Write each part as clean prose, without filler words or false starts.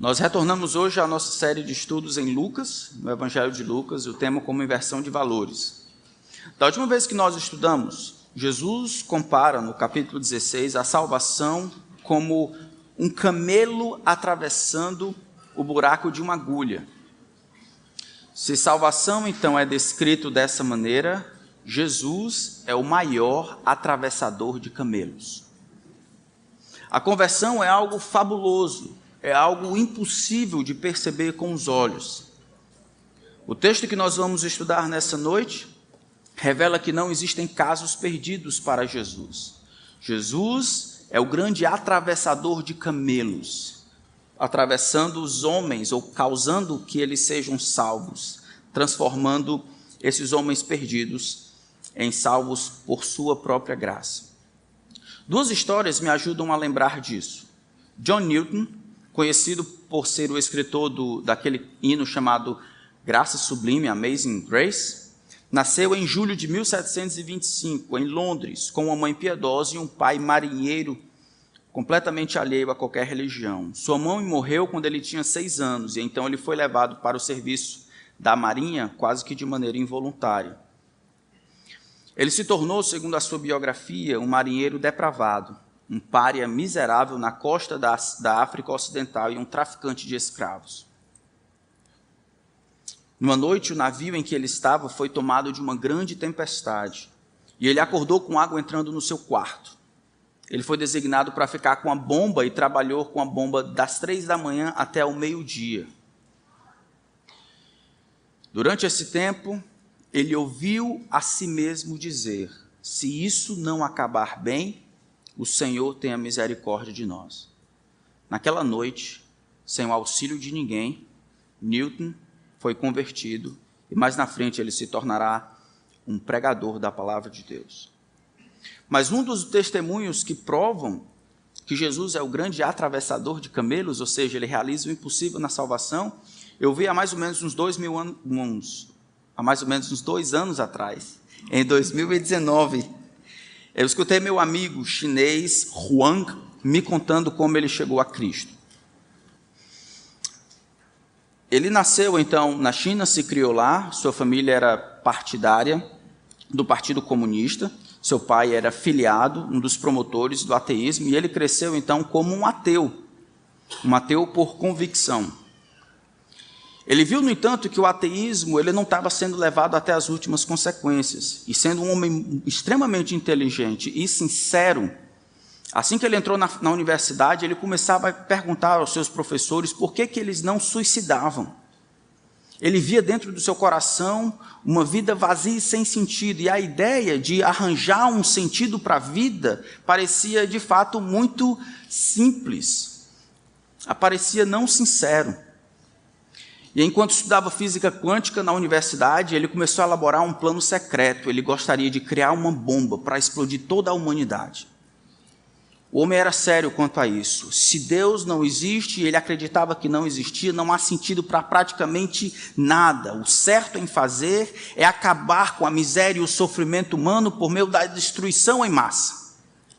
Nós retornamos hoje à nossa série de estudos em Lucas, no Evangelho de Lucas, e o tema como inversão de valores. Da última vez que nós estudamos, Jesus compara no capítulo 16 a salvação como um camelo atravessando o buraco de uma agulha. Se salvação então é descrito dessa maneira, Jesus é o maior atravessador de camelos. A conversão é algo fabuloso, é algo impossível de perceber com os olhos. O texto que nós vamos estudar nessa noite revela que não existem casos perdidos para Jesus. Jesus é o grande atravessador de camelos, atravessando os homens ou causando que eles sejam salvos, transformando esses homens perdidos em salvos por sua própria graça. Duas histórias me ajudam a lembrar disso. John Newton, conhecido por ser o escritor daquele hino chamado Graça Sublime, Amazing Grace, nasceu em julho de 1725, em Londres, com uma mãe piedosa e um pai marinheiro completamente alheio a qualquer religião. Sua mãe morreu quando ele tinha 6 anos, e então ele foi levado para o serviço da marinha, quase que de maneira involuntária. Ele se tornou, segundo a sua biografia, um marinheiro depravado, um pária miserável na costa da África Ocidental e um traficante de escravos. Numa noite, o navio em que ele estava foi tomado de uma grande tempestade, e ele acordou com água entrando no seu quarto. Ele foi designado para ficar com a bomba e trabalhou com a bomba das 3 da manhã até o meio-dia. Durante esse tempo, ele ouviu a si mesmo dizer: se isso não acabar bem, o Senhor tenha misericórdia de nós. Naquela noite, sem o auxílio de ninguém, Newton foi convertido e mais na frente ele se tornará um pregador da palavra de Deus. Mas um dos testemunhos que provam que Jesus é o grande atravessador de camelos, ou seja, ele realiza o impossível na salvação, eu vi há mais ou menos uns 2 anos atrás, em 2019. Eu escutei meu amigo chinês Huang me contando como ele chegou a Cristo. Ele nasceu então na China, se criou lá, sua família era partidária do Partido Comunista, seu pai era filiado, um dos promotores do ateísmo, e ele cresceu então como um ateu por convicção. Ele viu, no entanto, que o ateísmo ele não estava sendo levado até as últimas consequências, e sendo um homem extremamente inteligente e sincero, assim que ele entrou na universidade, ele começava a perguntar aos seus professores por que eles não suicidavam. Ele via dentro do seu coração uma vida vazia e sem sentido, e a ideia de arranjar um sentido para a vida parecia, de fato, muito simples, parecia não sincero. E enquanto estudava física quântica na universidade, ele começou a elaborar um plano secreto. Ele gostaria de criar uma bomba para explodir toda a humanidade. O homem era sério quanto a isso. Se Deus não existe, ele acreditava que não existia, não há sentido para praticamente nada. O certo em fazer é acabar com a miséria e o sofrimento humano por meio da destruição em massa.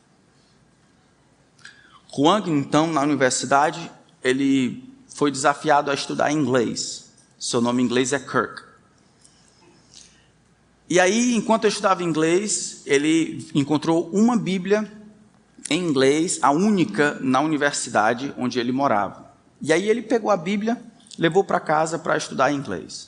Huang, então, na universidade, ele foi desafiado a estudar inglês. Seu nome em inglês é Kirk. E aí, enquanto eu estudava inglês, ele encontrou uma Bíblia em inglês, a única na universidade onde ele morava. E aí ele pegou a Bíblia, levou para casa para estudar inglês.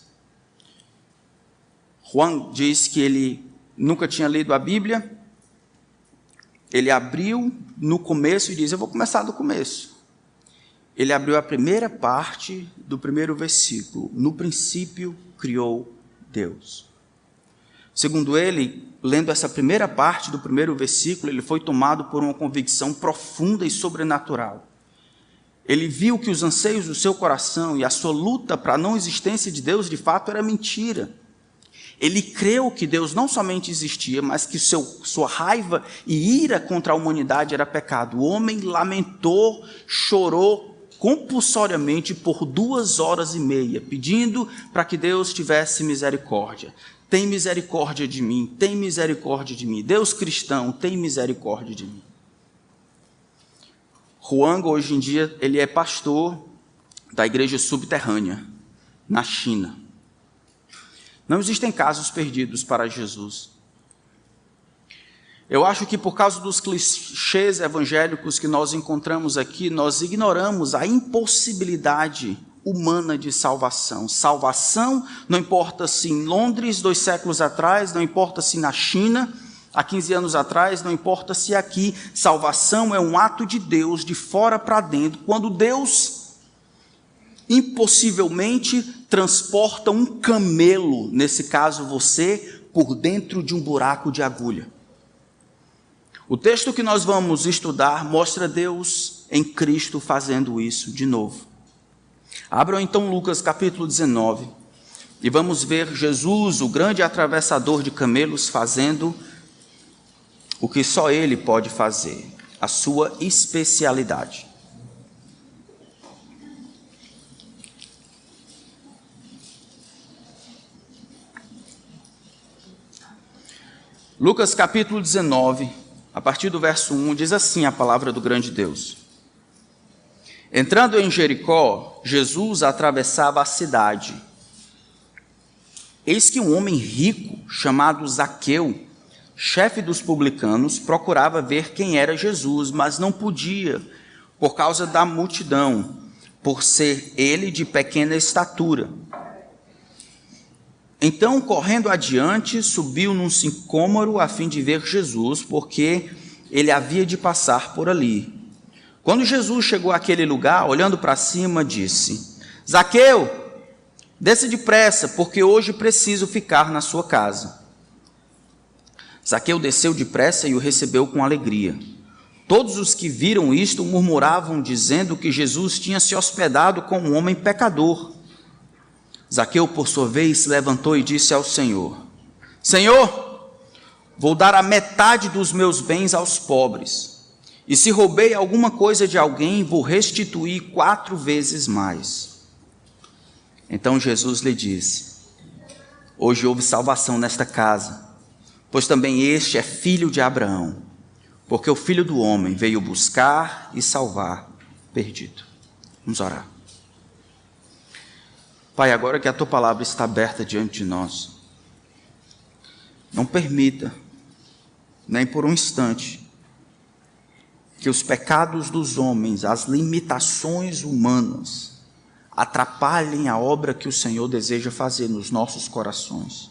Juan diz que ele nunca tinha lido a Bíblia. Ele abriu no começo e diz: eu vou começar do começo. Ele abriu a primeira parte do primeiro versículo. No princípio criou Deus. Segundo ele, lendo essa primeira parte do primeiro versículo, ele foi tomado por uma convicção profunda e sobrenatural. Ele viu que os anseios do seu coração e a sua luta para a não existência de Deus, de fato, era mentira. Ele creu que Deus não somente existia, mas que sua raiva e ira contra a humanidade era pecado. O homem lamentou, chorou compulsoriamente por 2 horas e meia, pedindo para que Deus tivesse misericórdia. Tem misericórdia de mim, tem misericórdia de mim. Deus cristão, tem misericórdia de mim. Huang, hoje em dia, ele é pastor da igreja subterrânea, na China. Não existem casos perdidos para Jesus. Eu acho que por causa dos clichês evangélicos que nós encontramos aqui, nós ignoramos a impossibilidade humana de salvação. Salvação, não importa se em Londres 2 séculos atrás, não importa se na China há 15 anos atrás, não importa se aqui. Salvação é um ato de Deus de fora para dentro, quando Deus impossivelmente transporta um camelo, nesse caso você, por dentro de um buraco de agulha. O texto que nós vamos estudar mostra Deus em Cristo fazendo isso de novo. Abram então Lucas capítulo 19 e vamos ver Jesus, o grande atravessador de camelos, fazendo o que só Ele pode fazer, a sua especialidade. Lucas capítulo 19, a partir do verso 1, diz assim a palavra do grande Deus. Entrando em Jericó, Jesus atravessava a cidade. Eis que um homem rico, chamado Zaqueu, chefe dos publicanos, procurava ver quem era Jesus, mas não podia, por causa da multidão, por ser ele de pequena estatura. Então, correndo adiante, subiu num sicômoro a fim de ver Jesus, porque ele havia de passar por ali. Quando Jesus chegou àquele lugar, olhando para cima, disse: Zaqueu, desce depressa, porque hoje preciso ficar na sua casa. Zaqueu desceu depressa e o recebeu com alegria. Todos os que viram isto murmuravam, dizendo que Jesus tinha se hospedado com um homem pecador. Zaqueu, por sua vez, se levantou e disse ao Senhor: Senhor, vou dar a metade dos meus bens aos pobres, e se roubei alguma coisa de alguém, vou restituir 4 vezes mais. Então Jesus lhe disse: Hoje houve salvação nesta casa, pois também este é filho de Abraão, porque o Filho do Homem veio buscar e salvar o perdido. Vamos orar. Pai, agora que a Tua palavra está aberta diante de nós, não permita, nem por um instante, que os pecados dos homens, as limitações humanas, atrapalhem a obra que o Senhor deseja fazer nos nossos corações.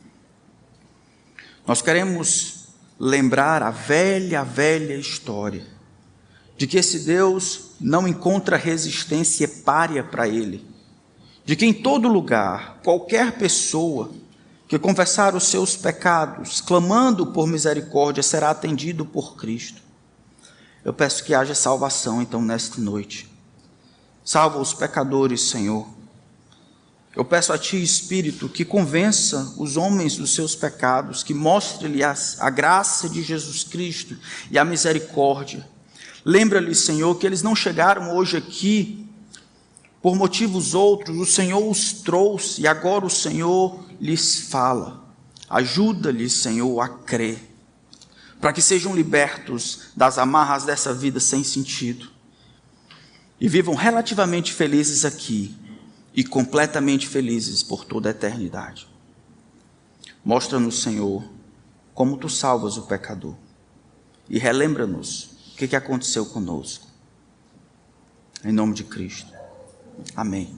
Nós queremos lembrar a velha história de que esse Deus não encontra resistência párea para Ele, de que em todo lugar, qualquer pessoa que confessar os seus pecados, clamando por misericórdia, será atendido por Cristo. Eu peço que haja salvação, então, nesta noite. Salva os pecadores, Senhor. Eu peço a Ti, Espírito, que convença os homens dos seus pecados, que mostre-lhes a graça de Jesus Cristo e a misericórdia. Lembra-lhes, Senhor, que eles não chegaram hoje aqui por motivos outros, o Senhor os trouxe e agora o Senhor lhes fala. Ajuda-lhes, Senhor, a crer, para que sejam libertos das amarras dessa vida sem sentido e vivam relativamente felizes aqui e completamente felizes por toda a eternidade. Mostra-nos, Senhor, como Tu salvas o pecador e relembra-nos o que aconteceu conosco. Em nome de Cristo. Amém.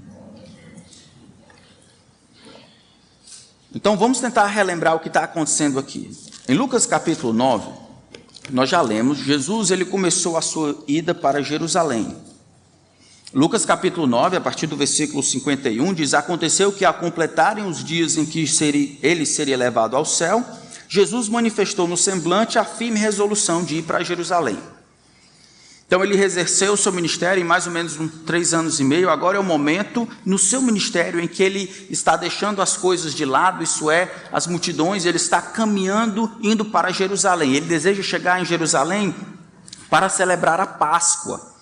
Então vamos tentar relembrar o que está acontecendo aqui. Em Lucas capítulo 9, nós já lemos, Jesus ele começou a sua ida para Jerusalém. Lucas capítulo 9, a partir do versículo 51, diz: Aconteceu que, a completarem os dias em que ele seria levado ao céu, Jesus manifestou no semblante a firme resolução de ir para Jerusalém. Então ele exerceu o seu ministério em mais ou menos 3 anos e meio. Agora é o momento no seu ministério em que ele está deixando as coisas de lado, isso é, as multidões, ele está caminhando, indo para Jerusalém. Ele deseja chegar em Jerusalém para celebrar a Páscoa.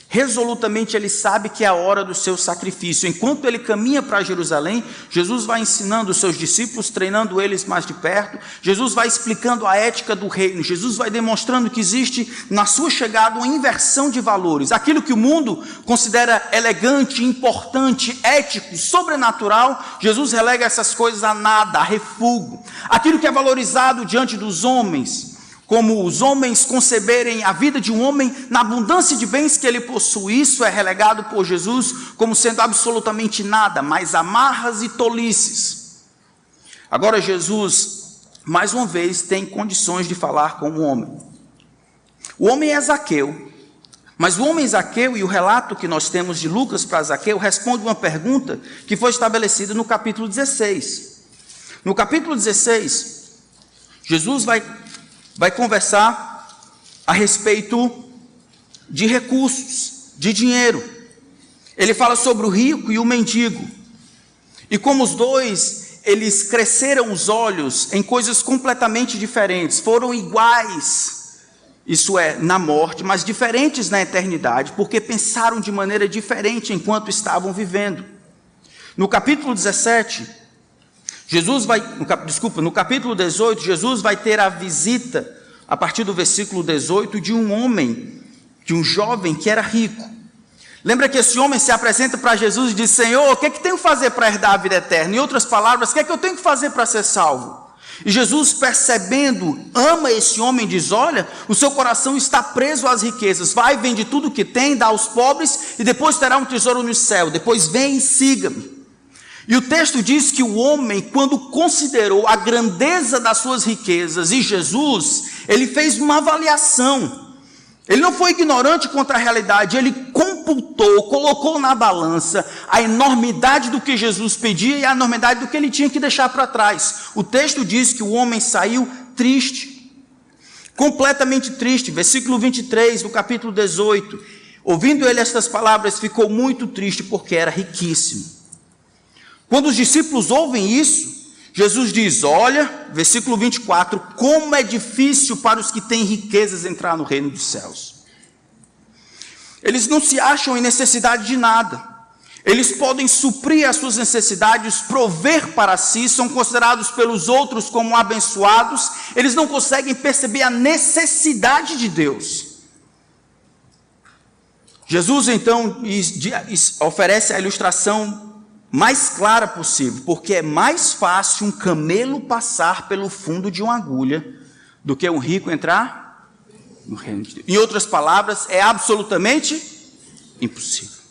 Resolutamente ele sabe que é a hora do seu sacrifício. Enquanto ele caminha para Jerusalém, Jesus vai ensinando os seus discípulos, treinando eles mais de perto. Jesus vai explicando a ética do reino. Jesus vai demonstrando que existe na sua chegada uma inversão de valores. Aquilo que o mundo considera elegante, importante, ético, sobrenatural, Jesus relega essas coisas a nada, a refúgio. Aquilo que é valorizado diante dos homens, como os homens conceberem a vida de um homem na abundância de bens que ele possui, isso é relegado por Jesus como sendo absolutamente nada, mas amarras e tolices. Agora Jesus, mais uma vez, tem condições de falar com o homem. O homem é Zaqueu, mas o homem Zaqueu, e o relato que nós temos de Lucas para Zaqueu, responde uma pergunta que foi estabelecida no capítulo 16. No capítulo 16, Jesus vai conversar a respeito de recursos, de dinheiro. Ele fala sobre o rico e o mendigo. E como os dois, eles cresceram os olhos em coisas completamente diferentes, foram iguais, isso é, na morte, mas diferentes na eternidade, porque pensaram de maneira diferente enquanto estavam vivendo. No capítulo 17, no capítulo 18, Jesus vai ter a visita, a partir do versículo 18, de um homem, de um jovem que era rico. Lembra que esse homem se apresenta para Jesus e diz: Senhor, o que é que tenho que fazer para herdar a vida eterna? Em outras palavras, o que é que eu tenho que fazer para ser salvo? E Jesus, percebendo, ama esse homem e diz: olha, o seu coração está preso às riquezas, vai, vende tudo que tem, dá aos pobres, e depois terá um tesouro no céu, depois vem e siga-me. E o texto diz que o homem, quando considerou a grandeza das suas riquezas e Jesus, ele fez uma avaliação. Ele não foi ignorante contra a realidade, ele computou, colocou na balança a enormidade do que Jesus pedia e a enormidade do que ele tinha que deixar para trás. O texto diz que o homem saiu triste, completamente triste. Versículo 23 do capítulo 18. Ouvindo ele estas palavras, ficou muito triste porque era riquíssimo. Quando os discípulos ouvem isso, Jesus diz: olha, versículo 24, como é difícil para os que têm riquezas entrar no reino dos céus. Eles não se acham em necessidade de nada. Eles podem suprir as suas necessidades, prover para si, são considerados pelos outros como abençoados. Eles não conseguem perceber a necessidade de Deus. Jesus, então, oferece a ilustração mais clara possível, porque é mais fácil um camelo passar pelo fundo de uma agulha do que um rico entrar no reino de Deus. Em outras palavras, é absolutamente impossível.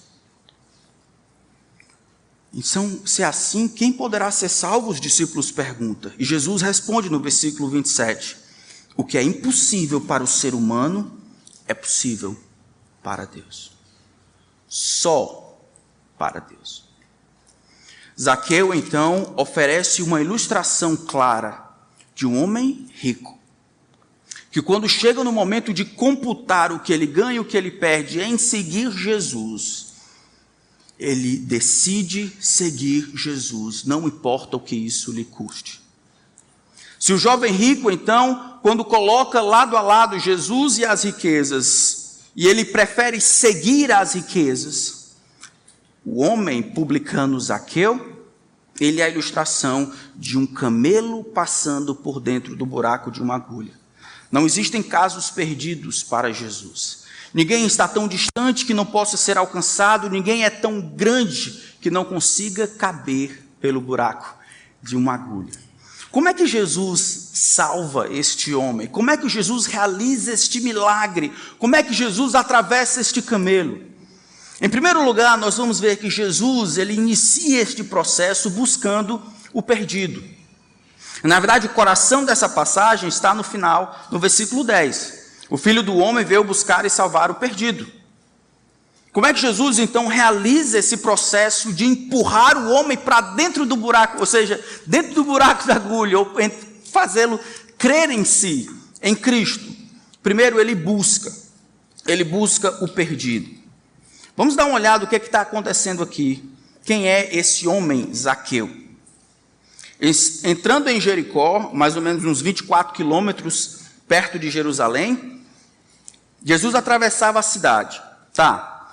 Então, se é assim, quem poderá ser salvo? Os discípulos perguntam. E Jesus responde no versículo 27, o que é impossível para o ser humano é possível para Deus. Só para Deus. Zaqueu, então, oferece uma ilustração clara de um homem rico, que quando chega no momento de computar o que ele ganha e o que ele perde em seguir Jesus, ele decide seguir Jesus, não importa o que isso lhe custe. Se o jovem rico, então, quando coloca lado a lado Jesus e as riquezas, e ele prefere seguir as riquezas, o homem publicano Zaqueu, ele é a ilustração de um camelo passando por dentro do buraco de uma agulha. Não existem casos perdidos para Jesus. Ninguém está tão distante que não possa ser alcançado, ninguém é tão grande que não consiga caber pelo buraco de uma agulha. Como é que Jesus salva este homem? Como é que Jesus realiza este milagre? Como é que Jesus atravessa este camelo? Em primeiro lugar, nós vamos ver que Jesus, ele inicia este processo buscando o perdido. Na verdade, o coração dessa passagem está no final, no versículo 10. O Filho do Homem veio buscar e salvar o perdido. Como é que Jesus, então, realiza esse processo de empurrar o homem para dentro do buraco, ou seja, dentro do buraco da agulha, ou fazê-lo crer em si, em Cristo? Primeiro, ele busca o perdido. Vamos dar uma olhada no que está acontecendo aqui. Quem é esse homem Zaqueu? Entrando em Jericó, mais ou menos uns 24 quilômetros perto de Jerusalém, Jesus atravessava a cidade.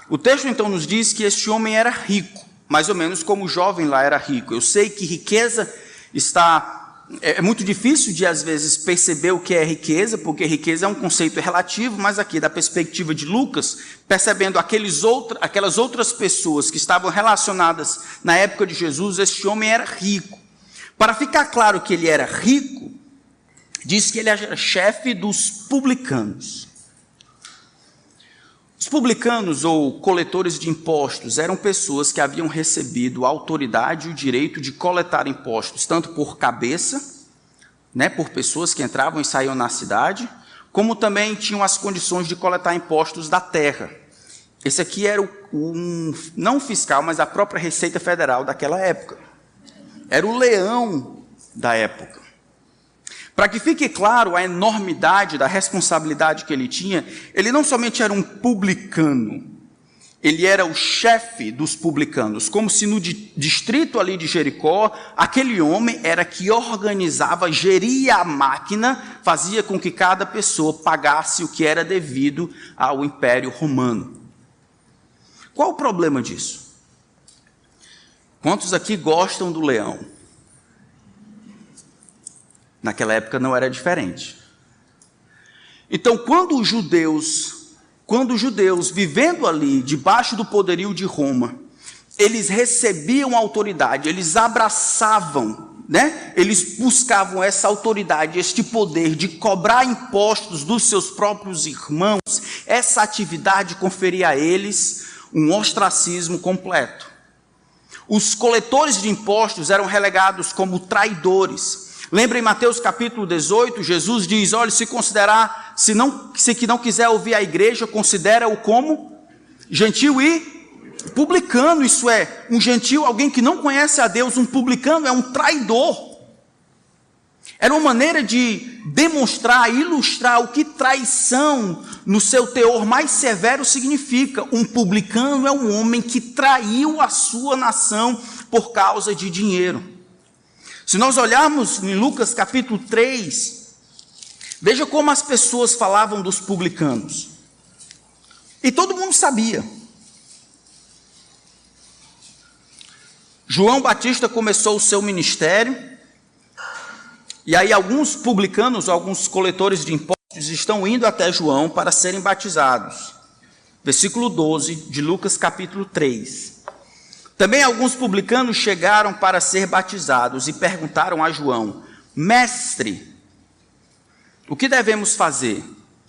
O texto então nos diz que este homem era rico, mais ou menos como o jovem lá era rico. Eu sei que riqueza é muito difícil de às vezes perceber o que é riqueza, porque riqueza é um conceito relativo, mas aqui da perspectiva de Lucas, percebendo aquelas outras pessoas que estavam relacionadas na época de Jesus, este homem era rico. Para ficar claro que ele era rico, diz que ele era chefe dos publicanos. Os publicanos, ou coletores de impostos, eram pessoas que haviam recebido a autoridade e o direito de coletar impostos, tanto por cabeça, por pessoas que entravam e saíam na cidade, como também tinham as condições de coletar impostos da terra. Esse aqui era não fiscal, mas a própria Receita Federal daquela época. Era o leão da época. Para que fique claro a enormidade da responsabilidade que ele tinha, ele não somente era um publicano, ele era o chefe dos publicanos, como se no distrito ali de Jericó, aquele homem era que organizava, geria a máquina, fazia com que cada pessoa pagasse o que era devido ao Império Romano. Qual o problema disso? Quantos aqui gostam do leão? Naquela época não era diferente. Então, quando os judeus, vivendo ali, debaixo do poderio de Roma, eles recebiam autoridade, eles abraçavam, eles buscavam essa autoridade, este poder de cobrar impostos dos seus próprios irmãos, essa atividade conferia a eles um ostracismo completo. Os coletores de impostos eram relegados como traidores. Lembra em Mateus capítulo 18, Jesus diz, olha, se não quiser ouvir a igreja, considera-o como gentil e publicano, isso é, um gentil, alguém que não conhece a Deus, um publicano é um traidor. Era uma maneira de demonstrar, ilustrar o que traição, no seu teor mais severo, significa. Um publicano é um homem que traiu a sua nação por causa de dinheiro. Se nós olharmos em Lucas capítulo 3, veja como as pessoas falavam dos publicanos. E todo mundo sabia. João Batista começou o seu ministério, e aí alguns publicanos, alguns coletores de impostos, estão indo até João para serem batizados. Versículo 12 de Lucas capítulo 3. Também alguns publicanos chegaram para ser batizados e perguntaram a João, mestre, o que devemos fazer?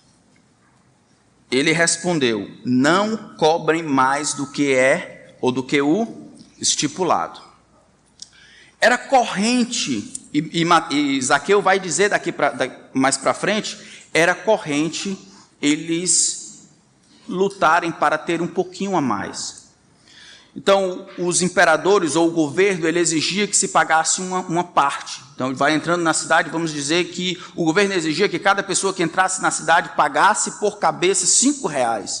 Ele respondeu, não cobrem mais do que o estipulado. Era corrente, e Zaqueu vai dizer mais para frente, era corrente eles lutarem para ter um pouquinho a mais. Então, os imperadores ou o governo, ele exigia que se pagasse uma parte. Então, vai entrando na cidade, vamos dizer que o governo exigia que cada pessoa que entrasse na cidade pagasse por cabeça R$5.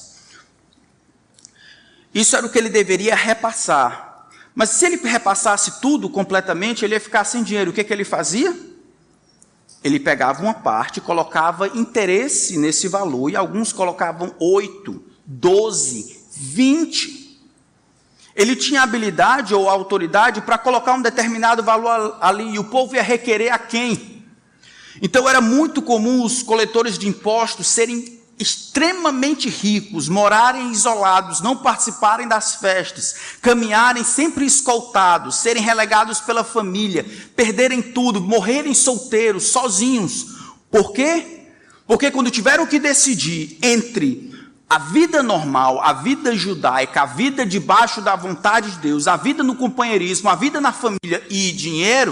Isso era o que ele deveria repassar. Mas se ele repassasse tudo completamente, ele ia ficar sem dinheiro. O que ele fazia? Ele pegava uma parte, colocava interesse nesse valor, e alguns colocavam 8, 12, 20. Ele tinha habilidade ou autoridade para colocar um determinado valor ali, e o povo ia requerer a quem? Então era muito comum os coletores de impostos serem extremamente ricos, morarem isolados, não participarem das festas, caminharem sempre escoltados, serem relegados pela família, perderem tudo, morrerem solteiros, sozinhos. Por quê? Porque quando tiveram que decidir entre a vida normal, a vida judaica, a vida debaixo da vontade de Deus, a vida no companheirismo, a vida na família e dinheiro,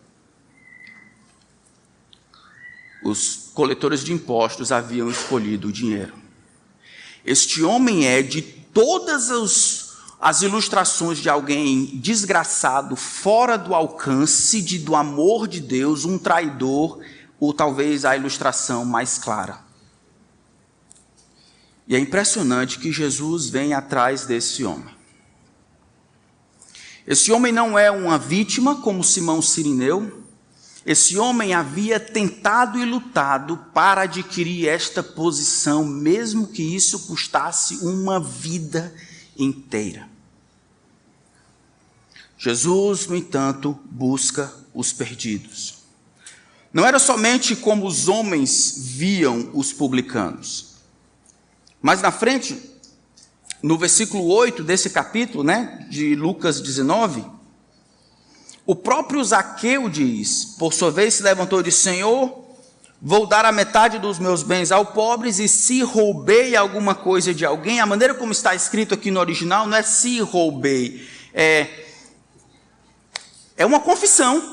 os coletores de impostos haviam escolhido o dinheiro. Este homem é, de todas as ilustrações de alguém desgraçado, fora do alcance do amor de Deus, um traidor, ou talvez a ilustração mais clara. E é impressionante que Jesus vem atrás desse homem. Esse homem não é uma vítima como Simão Cirineu. Esse homem havia tentado e lutado para adquirir esta posição, mesmo que isso custasse uma vida inteira. Jesus, no entanto, busca os perdidos. Não era somente como os homens viam os publicanos. Mas na frente, no versículo 8 desse capítulo, de Lucas 19, o próprio Zaqueu diz, por sua vez se levantou e disse: Senhor, vou dar a metade dos meus bens aos pobres, e se roubei alguma coisa de alguém, a maneira como está escrito aqui no original não é se roubei, é uma confissão.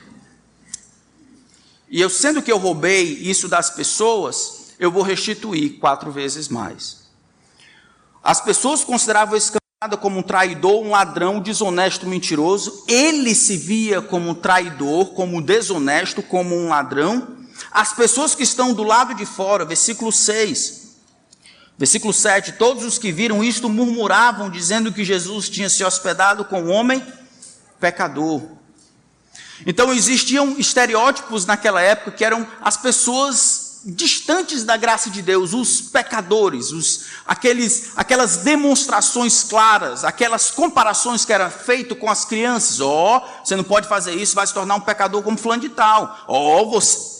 E eu, sendo que eu roubei isso das pessoas, eu vou restituir 4 vezes mais. As pessoas consideravam esse camarada como um traidor, um ladrão, desonesto, mentiroso. Ele se via como um traidor, como um desonesto, como um ladrão. As pessoas que estão do lado de fora, versículo 6, versículo 7, todos os que viram isto murmuravam, dizendo que Jesus tinha se hospedado com um homem pecador. Então existiam estereótipos naquela época que eram as pessoas distantes da graça de Deus, os pecadores, aquelas demonstrações claras, aquelas comparações que eram feitas com as crianças. Você não pode fazer isso, vai se tornar um pecador como fulano de tal. Você...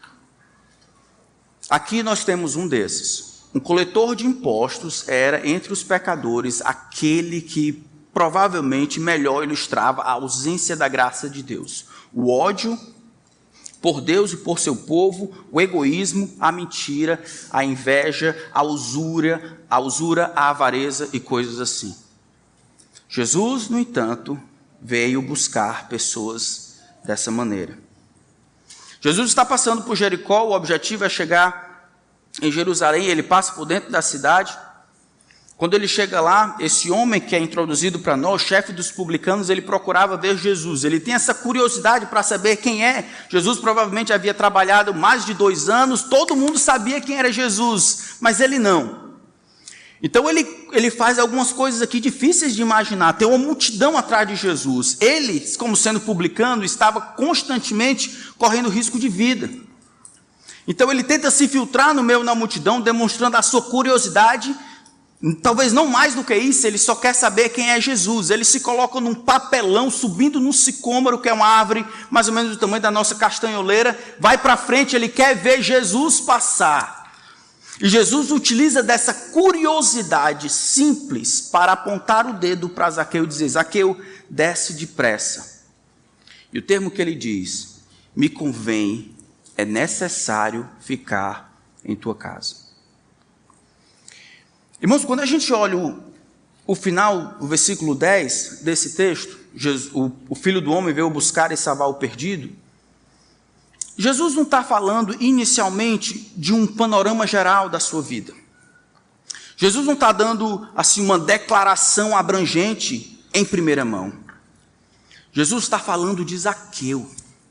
Aqui nós temos um desses. Um coletor de impostos era, entre os pecadores, aquele que provavelmente melhor ilustrava a ausência da graça de Deus. O ódio por Deus e por seu povo, o egoísmo, a mentira, a inveja, a usura, a avareza e coisas assim. Jesus, no entanto, veio buscar pessoas dessa maneira. Jesus está passando por Jericó, o objetivo é chegar em Jerusalém, ele passa por dentro da cidade. Quando ele chega lá, esse homem que é introduzido para nós, o chefe dos publicanos, ele procurava ver Jesus. Ele tem essa curiosidade para saber quem é. Jesus provavelmente havia trabalhado mais de 2 anos, todo mundo sabia quem era Jesus, mas ele não. Então ele faz algumas coisas aqui difíceis de imaginar. Tem uma multidão atrás de Jesus. Ele, como sendo publicano, estava constantemente correndo risco de vida. Então ele tenta se filtrar no meio da multidão, demonstrando a sua curiosidade. Talvez não mais do que isso, ele só quer saber quem é Jesus. Ele se coloca num papelão, subindo num sicômoro, que é uma árvore mais ou menos do tamanho da nossa castanholeira, vai para frente, ele quer ver Jesus passar. E Jesus utiliza dessa curiosidade simples para apontar o dedo para Zaqueu e dizer: Zaqueu, desce depressa. E o termo que ele diz: me convém, é necessário ficar em tua casa. Irmãos, quando a gente olha o final, o versículo 10 desse texto, o Filho do Homem veio buscar e salvar o perdido, Jesus não está falando inicialmente de um panorama geral da sua vida. Jesus não está dando assim uma declaração abrangente em primeira mão. Jesus está falando de Zaqueu.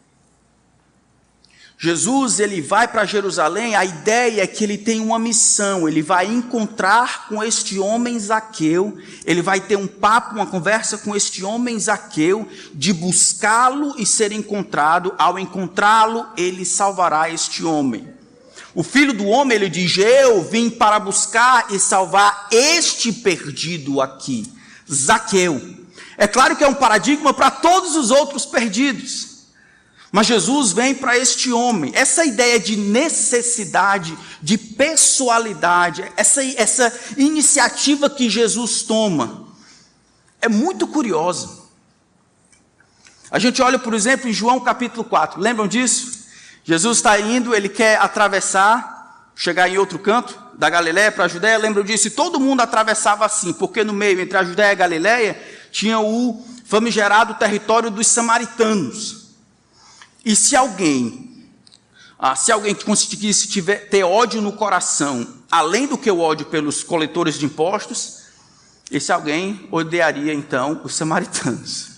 Jesus, ele vai para Jerusalém, a ideia é que ele tem uma missão, ele vai encontrar com este homem Zaqueu, ele vai ter um papo, uma conversa com este homem Zaqueu, de buscá-lo e ser encontrado. Ao encontrá-lo, ele salvará este homem. O Filho do Homem, ele diz: eu vim para buscar e salvar este perdido aqui, Zaqueu. É claro que é um paradigma para todos os outros perdidos. Mas Jesus vem para este homem. Essa ideia de necessidade, de pessoalidade, essa iniciativa que Jesus toma, é muito curiosa. A gente olha, por exemplo, em João capítulo 4, lembram disso? Jesus está indo, ele quer atravessar, chegar em outro canto da Galileia para a Judéia, lembram disso? E todo mundo atravessava assim, porque no meio, entre a Judéia e a Galileia, tinha o famigerado território dos samaritanos. E se alguém que conseguisse ter ódio no coração, além do que o ódio pelos coletores de impostos, esse alguém odiaria então os samaritanos.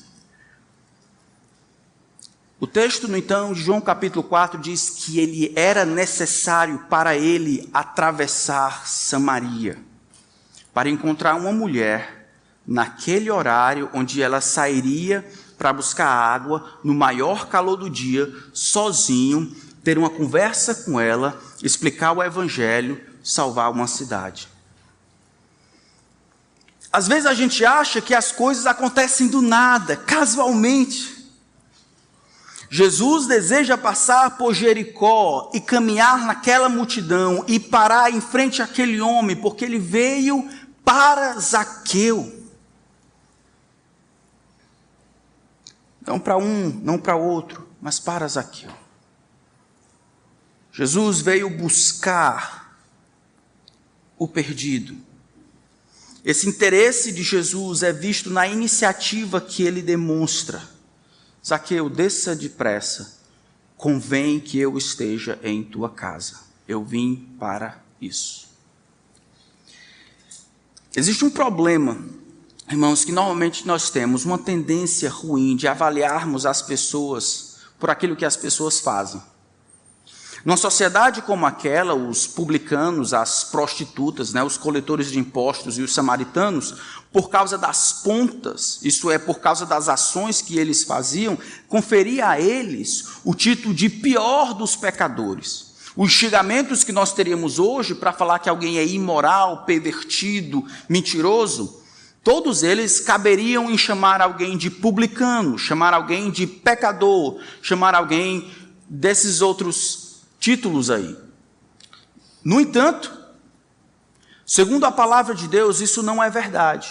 O texto, no entanto, de João capítulo 4 diz que ele era necessário para ele atravessar Samaria, para encontrar uma mulher naquele horário onde ela sairia para buscar água, no maior calor do dia, sozinho, ter uma conversa com ela, explicar o evangelho, salvar uma cidade. Às vezes a gente acha que as coisas acontecem do nada, casualmente. Jesus deseja passar por Jericó e caminhar naquela multidão e parar em frente àquele homem, porque ele veio para Zaqueu. Não para um, não para outro, mas para Zaqueu. Jesus veio buscar o perdido. Esse interesse de Jesus é visto na iniciativa que ele demonstra. Zaqueu, desça depressa, convém que eu esteja em tua casa. Eu vim para isso. Existe um problema, irmãos, que normalmente nós temos uma tendência ruim de avaliarmos as pessoas por aquilo que as pessoas fazem. Numa sociedade como aquela, os publicanos, as prostitutas, os coletores de impostos e os samaritanos, por causa das pontas, isso é, por causa das ações que eles faziam, conferia a eles o título de pior dos pecadores. Os xingamentos que nós teríamos hoje para falar que alguém é imoral, pervertido, mentiroso, todos eles caberiam em chamar alguém de publicano, chamar alguém de pecador, chamar alguém desses outros títulos aí. No entanto, segundo a palavra de Deus, isso não é verdade.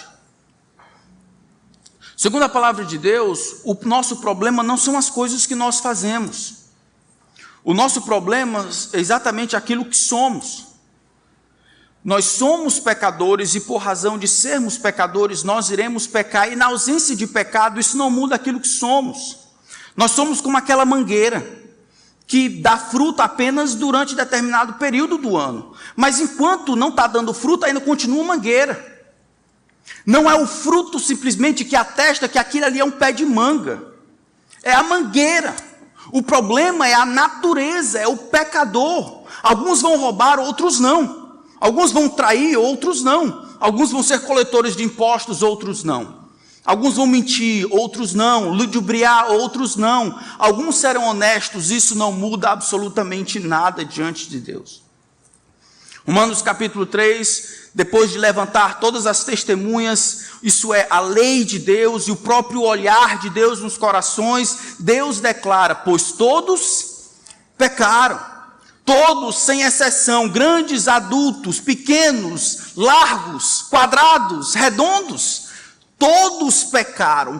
Segundo a palavra de Deus, o nosso problema não são as coisas que nós fazemos. O nosso problema é exatamente aquilo que somos. Nós somos pecadores e por razão de sermos pecadores, nós iremos pecar. E na ausência de pecado, isso não muda aquilo que somos. Nós somos como aquela mangueira que dá fruta apenas durante determinado período do ano. Mas enquanto não está dando fruta, ainda continua mangueira. Não é o fruto simplesmente que atesta que aquilo ali é um pé de manga. É a mangueira. O problema é a natureza, é o pecador. Alguns vão roubar, outros não. Alguns vão trair, outros não. Alguns vão ser coletores de impostos, outros não. Alguns vão mentir, outros não, ludibriar, outros não. Alguns serão honestos, isso não muda absolutamente nada diante de Deus. Romanos capítulo 3, depois de levantar todas as testemunhas, isso é, a lei de Deus e o próprio olhar de Deus nos corações, Deus declara, pois todos pecaram, todos sem exceção, grandes, adultos, pequenos, largos, quadrados, redondos, todos pecaram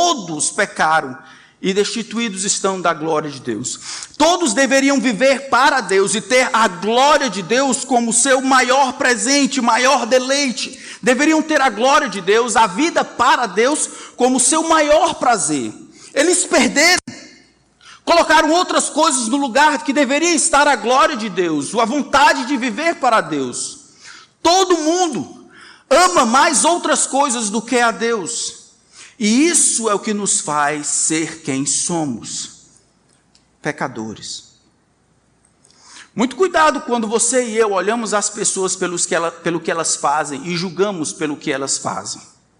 e destituídos estão da glória de Deus. Todos deveriam viver para Deus e ter a glória de Deus como seu maior presente, maior deleite. Deveriam ter a glória de Deus, a vida para Deus como seu maior prazer. Eles perderam, colocaram outras coisas no lugar que deveria estar a glória de Deus, a vontade de viver para Deus. Todo mundo ama mais outras coisas do que a Deus. E isso é o que nos faz ser quem somos, pecadores. Muito cuidado quando você e eu olhamos as pessoas pelo que elas fazem e julgamos pelo que elas fazem.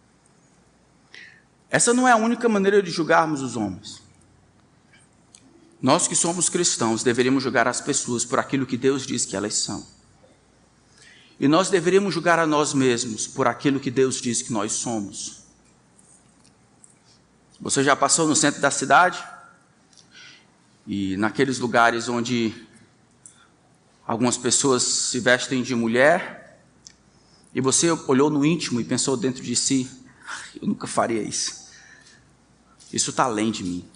Essa não é a única maneira de julgarmos os homens. Nós que somos cristãos deveríamos julgar as pessoas por aquilo que Deus diz que elas são. E nós deveríamos julgar a nós mesmos por aquilo que Deus diz que nós somos. Você já passou no centro da cidade? E naqueles lugares onde algumas pessoas se vestem de mulher, e você olhou no íntimo e pensou dentro de si, eu nunca faria isso. Isso está além de mim.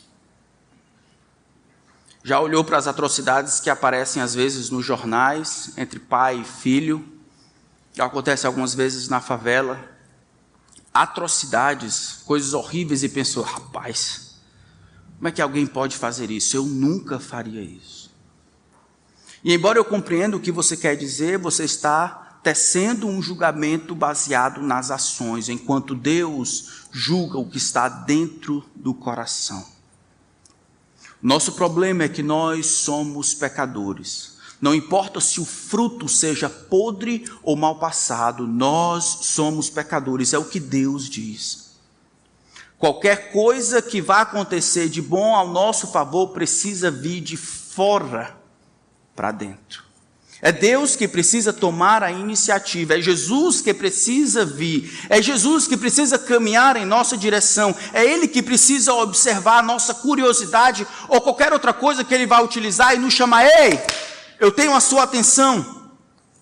Já olhou para as atrocidades que aparecem às vezes nos jornais, entre pai e filho, já acontece algumas vezes na favela, atrocidades, coisas horríveis, e pensou, rapaz, como é que alguém pode fazer isso? Eu nunca faria isso. E embora eu compreenda o que você quer dizer, você está tecendo um julgamento baseado nas ações, enquanto Deus julga o que está dentro do coração. Nosso problema é que nós somos pecadores. Não importa se o fruto seja podre ou mal passado, nós somos pecadores, é o que Deus diz. Qualquer coisa que vá acontecer de bom ao nosso favor precisa vir de fora para dentro. É Deus que precisa tomar a iniciativa, é Jesus que precisa vir, é Jesus que precisa caminhar em nossa direção, é Ele que precisa observar a nossa curiosidade ou qualquer outra coisa que Ele vai utilizar e nos chamar: ei, eu tenho a sua atenção,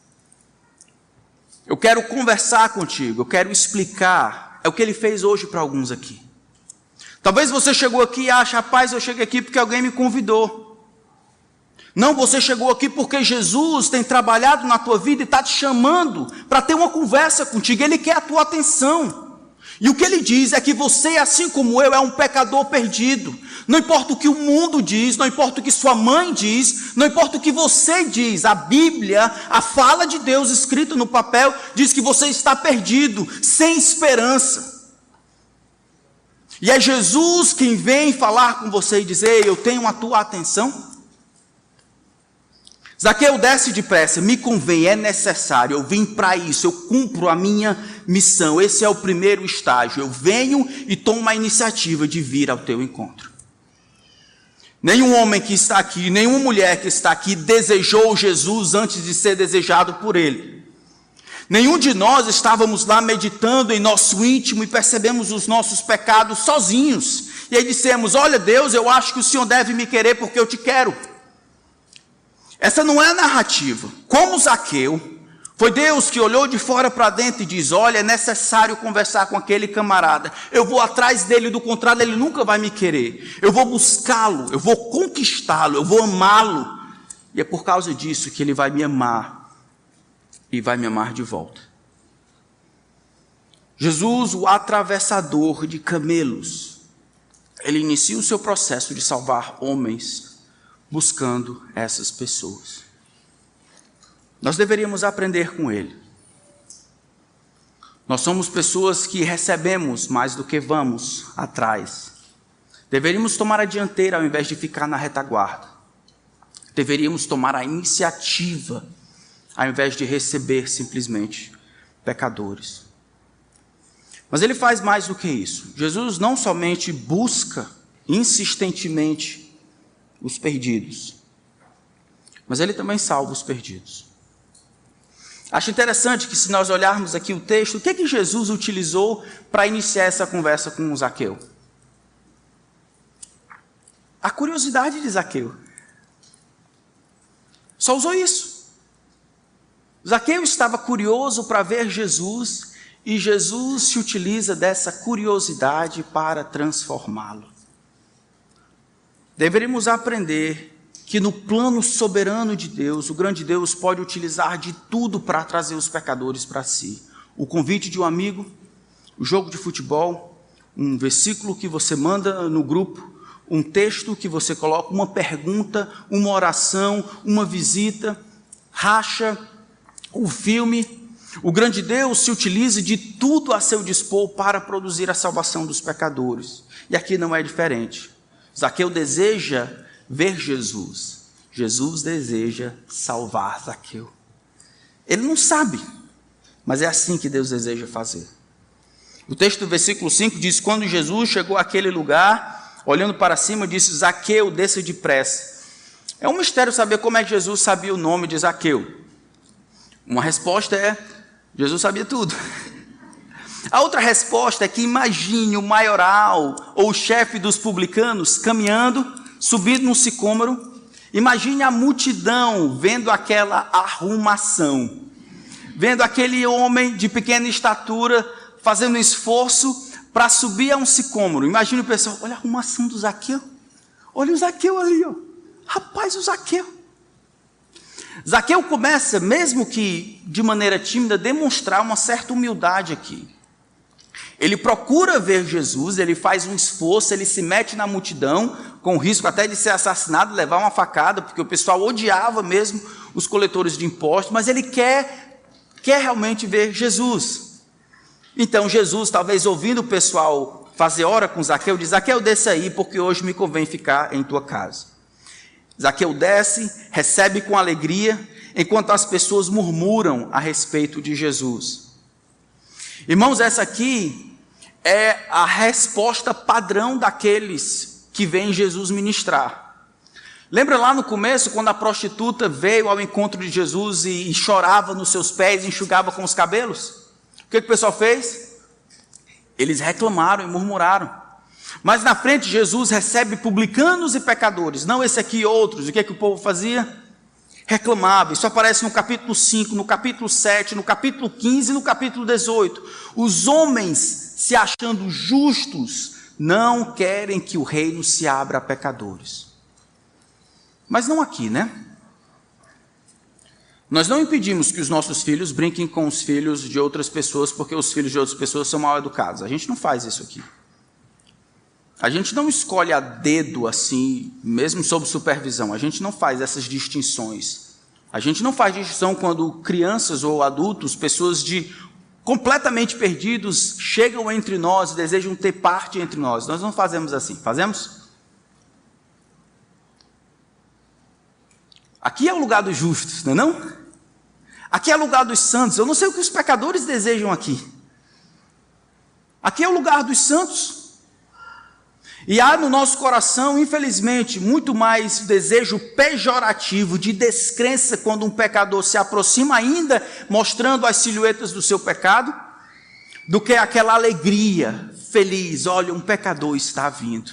eu quero conversar contigo, eu quero explicar. É o que Ele fez hoje para alguns aqui. Talvez você chegou aqui e acha: rapaz, eu cheguei aqui porque alguém me convidou. Não, você chegou aqui porque Jesus tem trabalhado na tua vida e está te chamando para ter uma conversa contigo. Ele quer a tua atenção. E o que Ele diz é que você, assim como eu, é um pecador perdido. Não importa o que o mundo diz, não importa o que sua mãe diz, não importa o que você diz. A Bíblia, a fala de Deus escrita no papel, diz que você está perdido, sem esperança. E é Jesus quem vem falar com você e dizer: eu tenho a tua atenção. Zaqueu, desce depressa, me convém, é necessário, eu vim para isso, eu cumpro a minha missão. Esse é o primeiro estágio, eu venho e tomo a iniciativa de vir ao teu encontro. Nenhum homem que está aqui, nenhuma mulher que está aqui desejou Jesus antes de ser desejado por Ele. Nenhum de nós estávamos lá meditando em nosso íntimo e percebemos os nossos pecados sozinhos. E aí dissemos: olha Deus, eu acho que o Senhor deve me querer porque eu te quero. Essa não é a narrativa. Como Zaqueu, foi Deus que olhou de fora para dentro e diz: olha, é necessário conversar com aquele camarada. Eu vou atrás dele, do contrário ele nunca vai me querer. Eu vou buscá-lo, eu vou conquistá-lo, eu vou amá-lo. E é por causa disso que ele vai me amar e vai me amar de volta. Jesus, o atravessador de camelos, ele inicia o seu processo de salvar homens buscando essas pessoas. Nós deveríamos aprender com ele. Nós somos pessoas que recebemos mais do que vamos atrás. Deveríamos tomar a dianteira ao invés de ficar na retaguarda. Deveríamos tomar a iniciativa ao invés de receber simplesmente pecadores. Mas ele faz mais do que isso. Jesus não somente busca insistentemente os perdidos, mas ele também salva os perdidos. Acho interessante que, se nós olharmos aqui o texto, o que Jesus utilizou para iniciar essa conversa com Zaqueu? A curiosidade de Zaqueu. Só usou isso. Zaqueu estava curioso para ver Jesus, e Jesus se utiliza dessa curiosidade para transformá-lo. Deveríamos aprender que no plano soberano de Deus, o grande Deus pode utilizar de tudo para trazer os pecadores para si. O convite de um amigo, o jogo de futebol, um versículo que você manda no grupo, um texto que você coloca, uma pergunta, uma oração, uma visita, racha, o filme. O grande Deus se utiliza de tudo a seu dispor para produzir a salvação dos pecadores. E aqui não é diferente. Zaqueu deseja ver Jesus. Jesus deseja salvar Zaqueu. Ele não sabe, mas é assim que Deus deseja fazer. O texto do versículo 5 diz: quando Jesus chegou àquele lugar, olhando para cima, disse: Zaqueu, desça depressa. É um mistério saber como é que Jesus sabia o nome de Zaqueu. Uma resposta é: Jesus sabia tudo. A outra resposta é que imagine o maioral ou o chefe dos publicanos caminhando, subindo num sicômoro. Imagine a multidão vendo aquela arrumação, vendo aquele homem de pequena estatura fazendo um esforço para subir a um sicômoro. Imagine o pessoal: olha a arrumação do Zaqueu, olha o Zaqueu ali, ó. Rapaz, o Zaqueu. Zaqueu começa, mesmo que de maneira tímida, a demonstrar uma certa humildade aqui. Ele procura ver Jesus, ele faz um esforço, ele se mete na multidão, com o risco até de ser assassinado, levar uma facada, porque o pessoal odiava mesmo os coletores de impostos, mas ele quer realmente ver Jesus. Então Jesus, talvez ouvindo o pessoal fazer hora com Zaqueu, diz: Zaqueu, desce aí, porque hoje me convém ficar em tua casa. Zaqueu desce, recebe com alegria, enquanto as pessoas murmuram a respeito de Jesus. Irmãos, essa aqui é a resposta padrão daqueles que veem Jesus ministrar. Lembra lá no começo, quando a prostituta veio ao encontro de Jesus e chorava nos seus pés, e enxugava com os cabelos? O que o pessoal fez? Eles reclamaram e murmuraram. Mas na frente Jesus recebe publicanos e pecadores, não esse aqui e outros. O que o povo fazia? Reclamava. Isso aparece no capítulo 5, no capítulo 7, no capítulo 15 e no capítulo 18. Os homens, se achando justos, não querem que o reino se abra a pecadores. Mas não aqui, né? Nós não impedimos que os nossos filhos brinquem com os filhos de outras pessoas, porque os filhos de outras pessoas são mal educados. A gente não faz isso aqui. A gente não escolhe a dedo assim, mesmo sob supervisão. A gente não faz essas distinções. A gente não faz distinção quando crianças ou adultos, pessoas completamente perdidos, chegam entre nós e desejam ter parte entre nós. Nós não fazemos assim. Fazemos? Aqui é o lugar dos justos, não é não? Aqui é o lugar dos santos. Eu não sei o que os pecadores desejam aqui. Aqui é o lugar dos santos. E há no nosso coração, infelizmente, muito mais desejo pejorativo, de descrença, quando um pecador se aproxima ainda, mostrando as silhuetas do seu pecado, do que aquela alegria feliz. Olha, um pecador está vindo.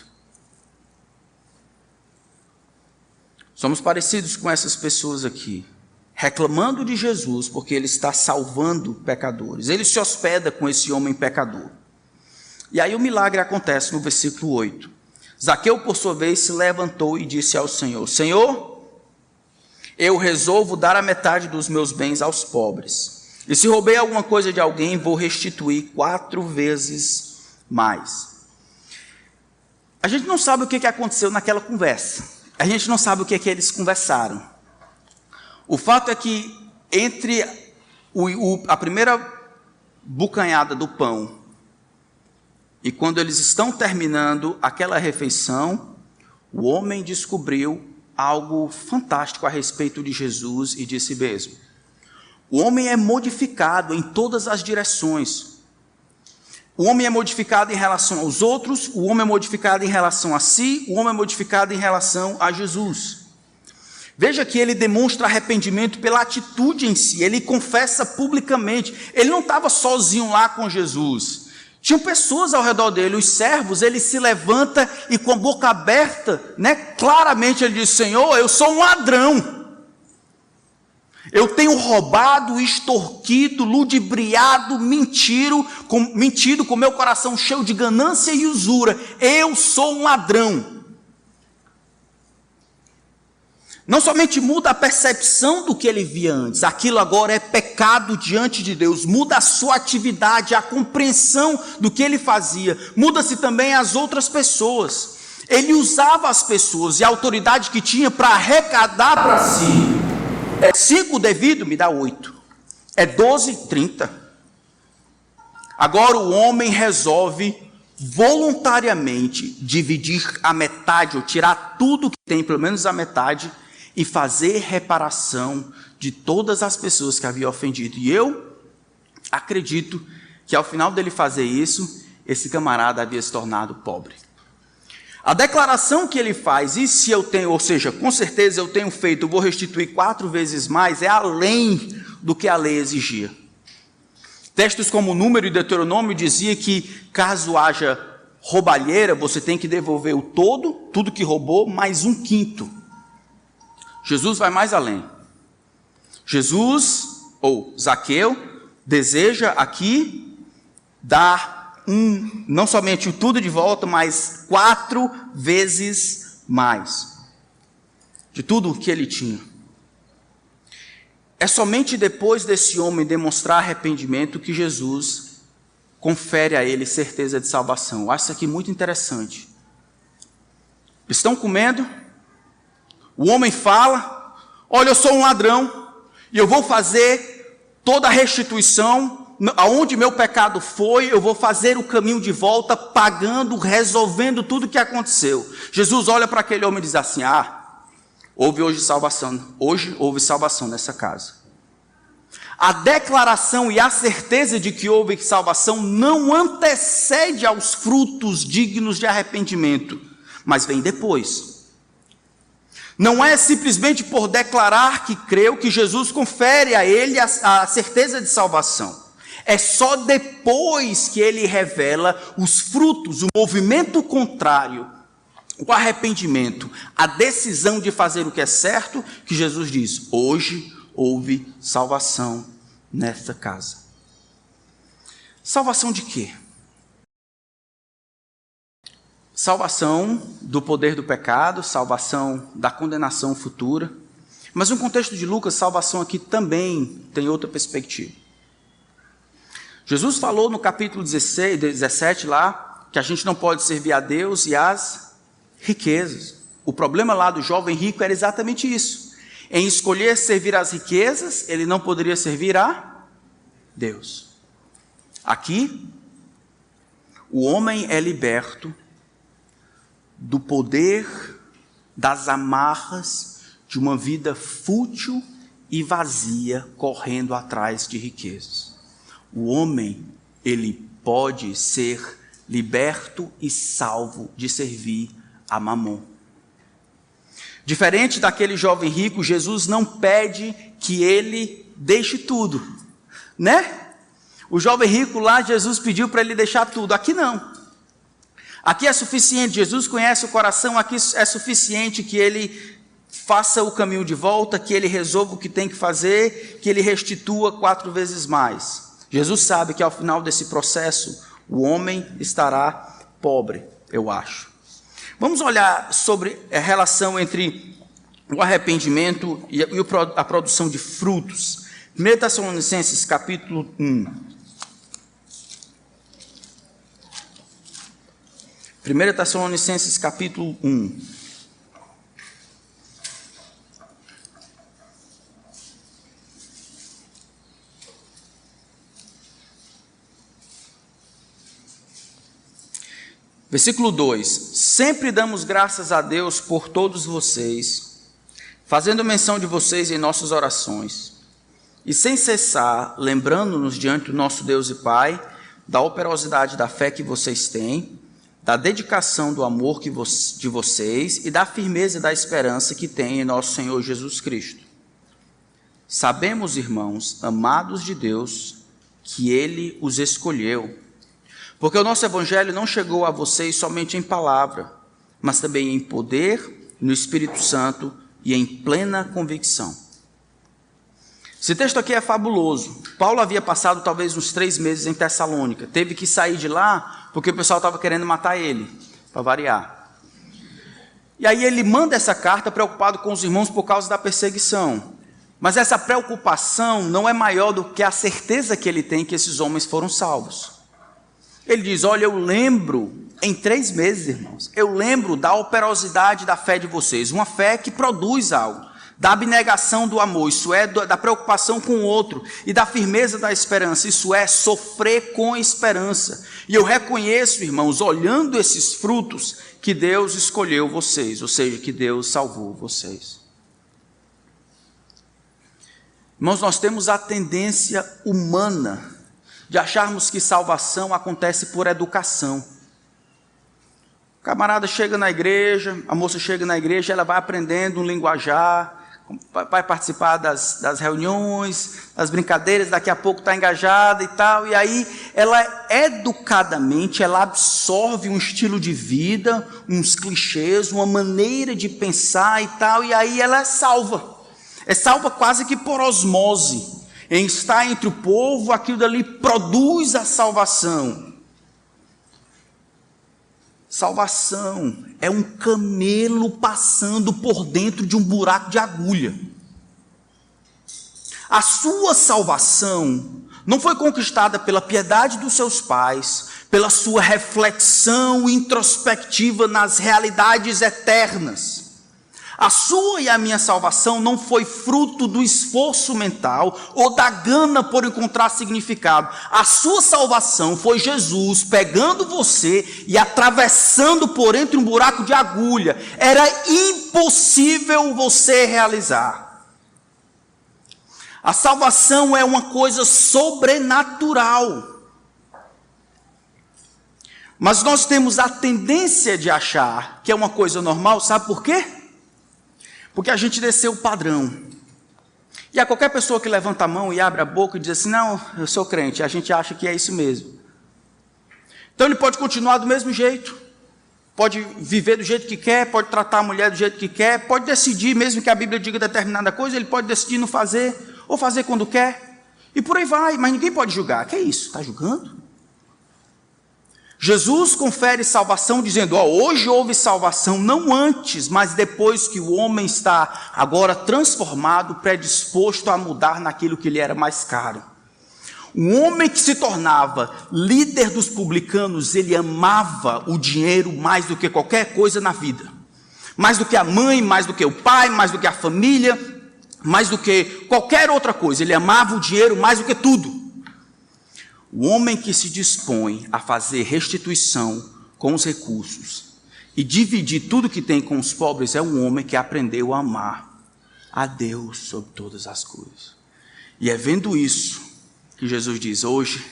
Somos parecidos com essas pessoas aqui, reclamando de Jesus, porque ele está salvando pecadores. Ele se hospeda com esse homem pecador. E aí o milagre acontece no versículo 8. Zaqueu, por sua vez, se levantou e disse ao Senhor: Senhor, eu resolvo dar a metade dos meus bens aos pobres. E se roubei alguma coisa de alguém, vou restituir 4 vezes mais. A gente não sabe o que aconteceu naquela conversa. A gente não sabe o que eles conversaram. O fato é que entre a primeira bucanhada do pão e quando eles estão terminando aquela refeição, o homem descobriu algo fantástico a respeito de Jesus e de si mesmo. O homem é modificado em todas as direções. O homem é modificado em relação aos outros, o homem é modificado em relação a si, o homem é modificado em relação a Jesus. Veja que ele demonstra arrependimento pela atitude em si, ele confessa publicamente. Ele não estava sozinho lá com Jesus. Tinham pessoas ao redor dele, os servos. Ele se levanta e com a boca aberta, claramente ele diz: Senhor, eu sou um ladrão. Eu tenho roubado, extorquido, ludibriado, mentido com meu coração cheio de ganância e usura. Eu sou um ladrão. Não somente muda a percepção do que ele via antes, aquilo agora é pecado diante de Deus, muda a sua atividade, a compreensão do que ele fazia, muda-se também as outras pessoas. Ele usava as pessoas e a autoridade que tinha para arrecadar para si. 5 devido, me dá 8. 12, 30. Agora o homem resolve voluntariamente dividir a metade, ou tirar tudo que tem, pelo menos a metade, e fazer reparação de todas as pessoas que havia ofendido. E eu acredito que ao final dele fazer isso, esse camarada havia se tornado pobre. A declaração que ele faz, e se eu tenho, ou seja, com certeza eu tenho feito, eu vou restituir 4 vezes mais, é além do que a lei exigia. Textos como Número e Deuteronômio dizia que caso haja roubalheira, você tem que devolver o todo, tudo que roubou, mais 1/5. Jesus vai mais além. Jesus, ou Zaqueu, deseja aqui dar não somente o tudo de volta, mas 4 vezes mais de tudo o que ele tinha. É somente depois desse homem demonstrar arrependimento que Jesus confere a ele certeza de salvação. Eu acho isso aqui muito interessante. Estão comendo, o homem fala: olha, eu sou um ladrão e eu vou fazer toda a restituição. Aonde meu pecado foi, eu vou fazer o caminho de volta, pagando, resolvendo tudo o que aconteceu. Jesus olha para aquele homem e diz assim: houve hoje houve salvação nessa casa. A declaração e a certeza de que houve salvação não antecede aos frutos dignos de arrependimento, mas vem depois. Não é simplesmente por declarar que creu que Jesus confere a ele a certeza de salvação. É só depois que ele revela os frutos, o movimento contrário, o arrependimento, a decisão de fazer o que é certo, que Jesus diz: hoje houve salvação nesta casa. Salvação de quê? Salvação do poder do pecado, salvação da condenação futura. Mas no contexto de Lucas, salvação aqui também tem outra perspectiva. Jesus falou no capítulo 17 lá, que a gente não pode servir a Deus e às riquezas. O problema lá do jovem rico era exatamente isso. Em escolher servir às riquezas, ele não poderia servir a Deus. Aqui, o homem é liberto do poder das amarras de uma vida fútil e vazia, correndo atrás de riquezas. O homem, ele pode ser liberto e salvo de servir a Mamon. Diferente daquele jovem rico, Jesus não pede que ele deixe tudo, né? O jovem rico lá, Jesus pediu para ele deixar tudo. Aqui não. Aqui é suficiente, Jesus conhece o coração, aqui é suficiente que ele faça o caminho de volta, que ele resolva o que tem que fazer, que ele restitua 4 vezes mais. Jesus sabe que ao final desse processo, o homem estará pobre, eu acho. Vamos olhar sobre a relação entre o arrependimento e a produção de frutos. 1 Tessalonicenses capítulo 1. 1 Tessalonicenses capítulo 1. Versículo 2: sempre damos graças a Deus por todos vocês, fazendo menção de vocês em nossas orações, e sem cessar, lembrando-nos diante do nosso Deus e Pai, da operosidade da fé que vocês têm, da dedicação do amor de vocês e da firmeza da esperança que têm em nosso Senhor Jesus Cristo. Sabemos, irmãos, amados de Deus, que Ele os escolheu, porque o nosso Evangelho não chegou a vocês somente em palavra, mas também em poder, no Espírito Santo e em plena convicção. Esse texto aqui é fabuloso. Paulo havia passado talvez uns 3 meses em Tessalônica, teve que sair de lá porque o pessoal estava querendo matar ele, para variar. E aí ele manda essa carta preocupado com os irmãos por causa da perseguição. Mas essa preocupação não é maior do que a certeza que ele tem que esses homens foram salvos. Ele diz: olha, eu lembro, em 3 meses, irmãos, eu lembro da operosidade da fé de vocês, uma fé que produz algo, da abnegação do amor, isso é, da preocupação com o outro, e da firmeza da esperança, isso é, sofrer com esperança. E eu reconheço, irmãos, olhando esses frutos, que Deus escolheu vocês, ou seja, que Deus salvou vocês. Irmãos, nós temos a tendência humana de acharmos que salvação acontece por educação. O camarada chega na igreja, a moça chega na igreja, ela vai aprendendo um linguajar, vai participar das reuniões, das brincadeiras, daqui a pouco está engajada e tal, e aí ela educadamente, ela absorve um estilo de vida, uns clichês, uma maneira de pensar e tal, e aí ela é salva quase que por osmose, em estar entre o povo, aquilo dali produz a salvação. Salvação é um camelo passando por dentro de um buraco de agulha. A sua salvação não foi conquistada pela piedade dos seus pais, pela sua reflexão introspectiva nas realidades eternas. A sua e a minha salvação não foi fruto do esforço mental ou da gana por encontrar significado. A sua salvação foi Jesus pegando você e atravessando por entre um buraco de agulha. Era impossível você realizar. A salvação é uma coisa sobrenatural. Mas nós temos a tendência de achar que é uma coisa normal, sabe por quê? Porque a gente desceu o padrão. E a qualquer pessoa que levanta a mão e abre a boca e diz assim, não, eu sou crente, a gente acha que é isso mesmo. Então ele pode continuar do mesmo jeito, pode viver do jeito que quer, pode tratar a mulher do jeito que quer, pode decidir, mesmo que a Bíblia diga determinada coisa, ele pode decidir não fazer, ou fazer quando quer, e por aí vai, mas ninguém pode julgar. Que é isso? Está julgando? Jesus confere salvação dizendo, hoje houve salvação, não antes, mas depois que o homem está agora transformado, predisposto a mudar naquilo que lhe era mais caro. Um homem que se tornava líder dos publicanos, ele amava o dinheiro mais do que qualquer coisa na vida. Mais do que a mãe, mais do que o pai, mais do que a família, mais do que qualquer outra coisa. Ele amava o dinheiro mais do que tudo. O homem que se dispõe a fazer restituição com os recursos e dividir tudo que tem com os pobres é um homem que aprendeu a amar a Deus sobre todas as coisas. E é vendo isso que Jesus diz, hoje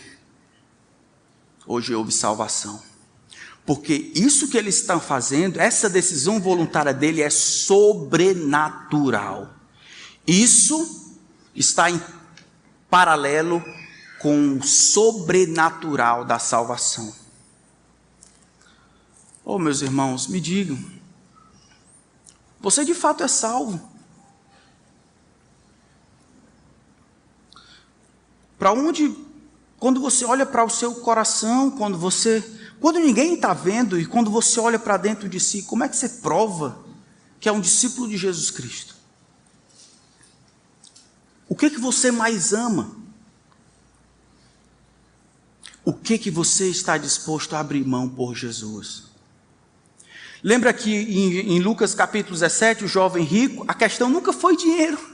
houve salvação. Porque isso que eles estão fazendo, essa decisão voluntária dele é sobrenatural. Isso está em paralelo com o sobrenatural da salvação. Oh, meus irmãos, me digam, você de fato é salvo? Para onde, quando você olha para o seu coração, quando ninguém está vendo e quando você olha para dentro de si, como é que você prova que é um discípulo de Jesus Cristo? O que você mais ama? O que você está disposto a abrir mão por Jesus? Lembra que em Lucas capítulo 17, o jovem rico, a questão nunca foi dinheiro.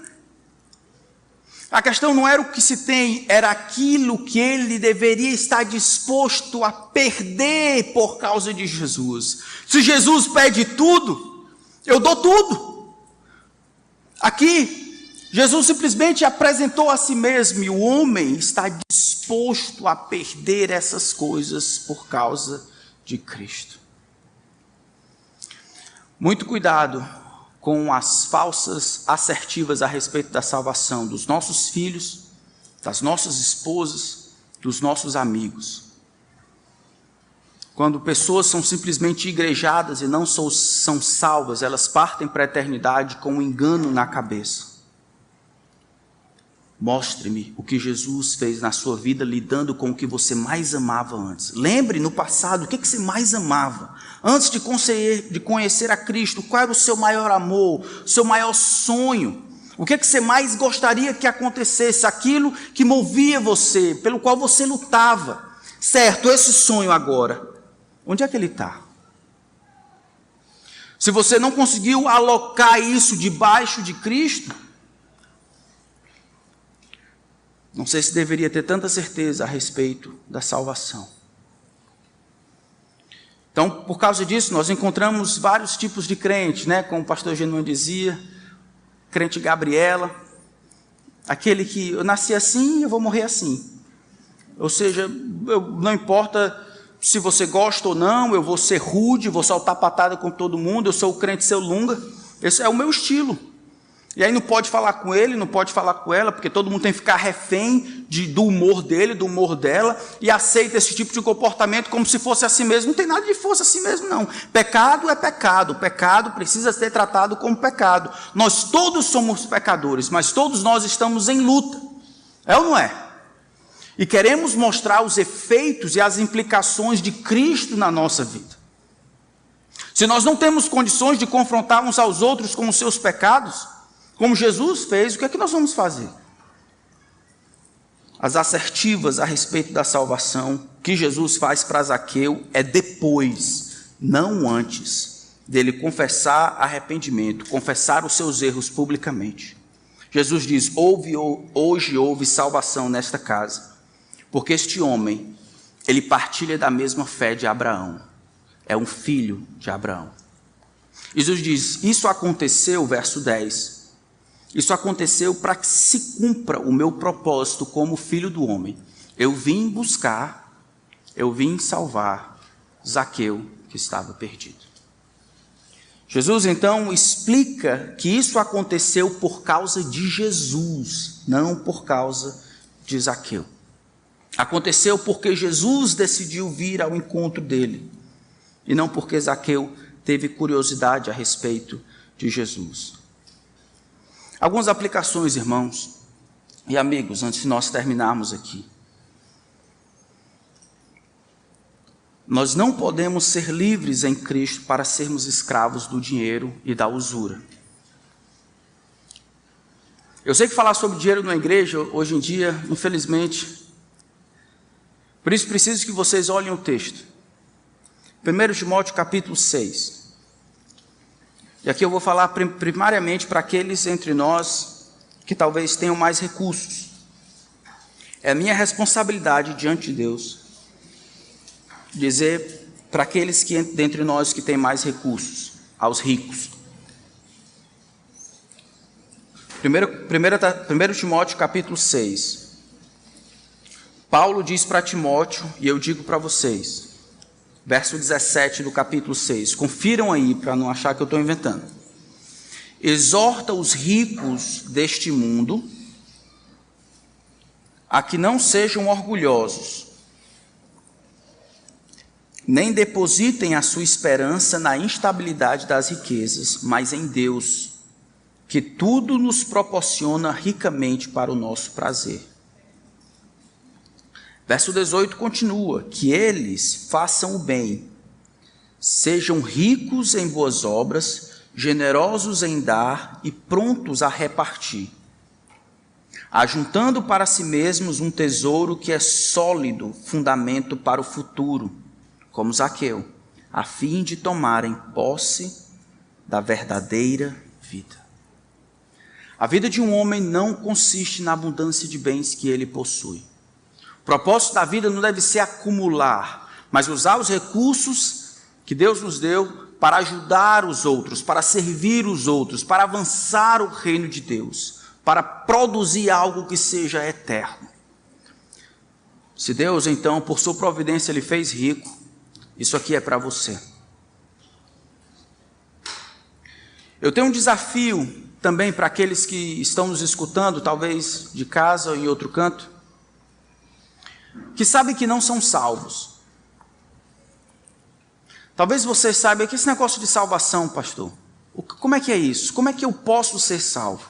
A questão não era o que se tem, era aquilo que ele deveria estar disposto a perder por causa de Jesus. Se Jesus pede tudo, eu dou tudo. Aqui, Jesus simplesmente apresentou a si mesmo e o homem está disposto a perder essas coisas por causa de Cristo. Muito cuidado com as falsas assertivas a respeito da salvação dos nossos filhos, das nossas esposas, dos nossos amigos. Quando pessoas são simplesmente igrejadas e não são salvas, elas partem para a eternidade com um engano na cabeça. Mostre-me o que Jesus fez na sua vida lidando com o que você mais amava antes. Lembre no passado o que você mais amava. Antes de conhecer a Cristo, qual era o seu maior amor, o seu maior sonho? O que você mais gostaria que acontecesse? Aquilo que movia você, pelo qual você lutava. Certo, esse sonho agora, onde é que ele está? Se você não conseguiu alocar isso debaixo de Cristo, não sei se deveria ter tanta certeza a respeito da salvação. Então, por causa disso, nós encontramos vários tipos de crente, né? Como o pastor Genuíno dizia, crente Gabriela, aquele que eu nasci assim e eu vou morrer assim. Ou seja, não importa se você gosta ou não, eu vou ser rude, vou saltar patada com todo mundo, eu sou o crente seu lunga, esse é o meu estilo. E aí não pode falar com ele, não pode falar com ela, porque todo mundo tem que ficar refém do humor dele, do humor dela, e aceita esse tipo de comportamento como se fosse assim mesmo. Não tem nada de fosse assim mesmo, não. Pecado é pecado, o pecado precisa ser tratado como pecado. Nós todos somos pecadores, mas todos nós estamos em luta. É ou não é? E queremos mostrar os efeitos e as implicações de Cristo na nossa vida. Se nós não temos condições de confrontar uns aos outros com os seus pecados, como Jesus fez, o que é que nós vamos fazer? As assertivas a respeito da salvação que Jesus faz para Zaqueu é depois, não antes, dele confessar arrependimento, confessar os seus erros publicamente. Jesus diz, hoje houve salvação nesta casa, porque este homem, ele partilha da mesma fé de Abraão, é um filho de Abraão. Jesus diz, isso aconteceu, verso 10, isso aconteceu para que se cumpra o meu propósito como filho do homem. Eu vim salvar Zaqueu que estava perdido. Jesus então explica que isso aconteceu por causa de Jesus, não por causa de Zaqueu. Aconteceu porque Jesus decidiu vir ao encontro dele, e não porque Zaqueu teve curiosidade a respeito de Jesus. Algumas aplicações, irmãos e amigos, antes de nós terminarmos aqui. Nós não podemos ser livres em Cristo para sermos escravos do dinheiro e da usura. Eu sei que falar sobre dinheiro na igreja, hoje em dia, infelizmente, por isso preciso que vocês olhem o texto. 1 Timóteo capítulo 6. E aqui eu vou falar primariamente para aqueles entre nós que talvez tenham mais recursos. É a minha responsabilidade diante de Deus dizer para aqueles que dentre nós que têm mais recursos, aos ricos. 1 Timóteo capítulo 6. Paulo diz para Timóteo, e eu digo para vocês, verso 17 do capítulo 6, confiram aí para não achar que eu estou inventando. Exorta os ricos deste mundo a que não sejam orgulhosos, nem depositem a sua esperança na instabilidade das riquezas, mas em Deus, que tudo nos proporciona ricamente para o nosso prazer. Verso 18 continua, que eles façam o bem, sejam ricos em boas obras, generosos em dar e prontos a repartir, ajuntando para si mesmos um tesouro que é sólido fundamento para o futuro, como Zaqueu, a fim de tomarem posse da verdadeira vida. A vida de um homem não consiste na abundância de bens que ele possui. O propósito da vida não deve ser acumular, mas usar os recursos que Deus nos deu para ajudar os outros, para servir os outros, para avançar o reino de Deus, para produzir algo que seja eterno. Se Deus, então, por sua providência, lhe fez rico, isso aqui é para você. Eu tenho um desafio também para aqueles que estão nos escutando, talvez de casa ou em outro canto, que sabem que não são salvos. Talvez você saiba que esse negócio de salvação, pastor, como é que é isso? Como é que eu posso ser salvo?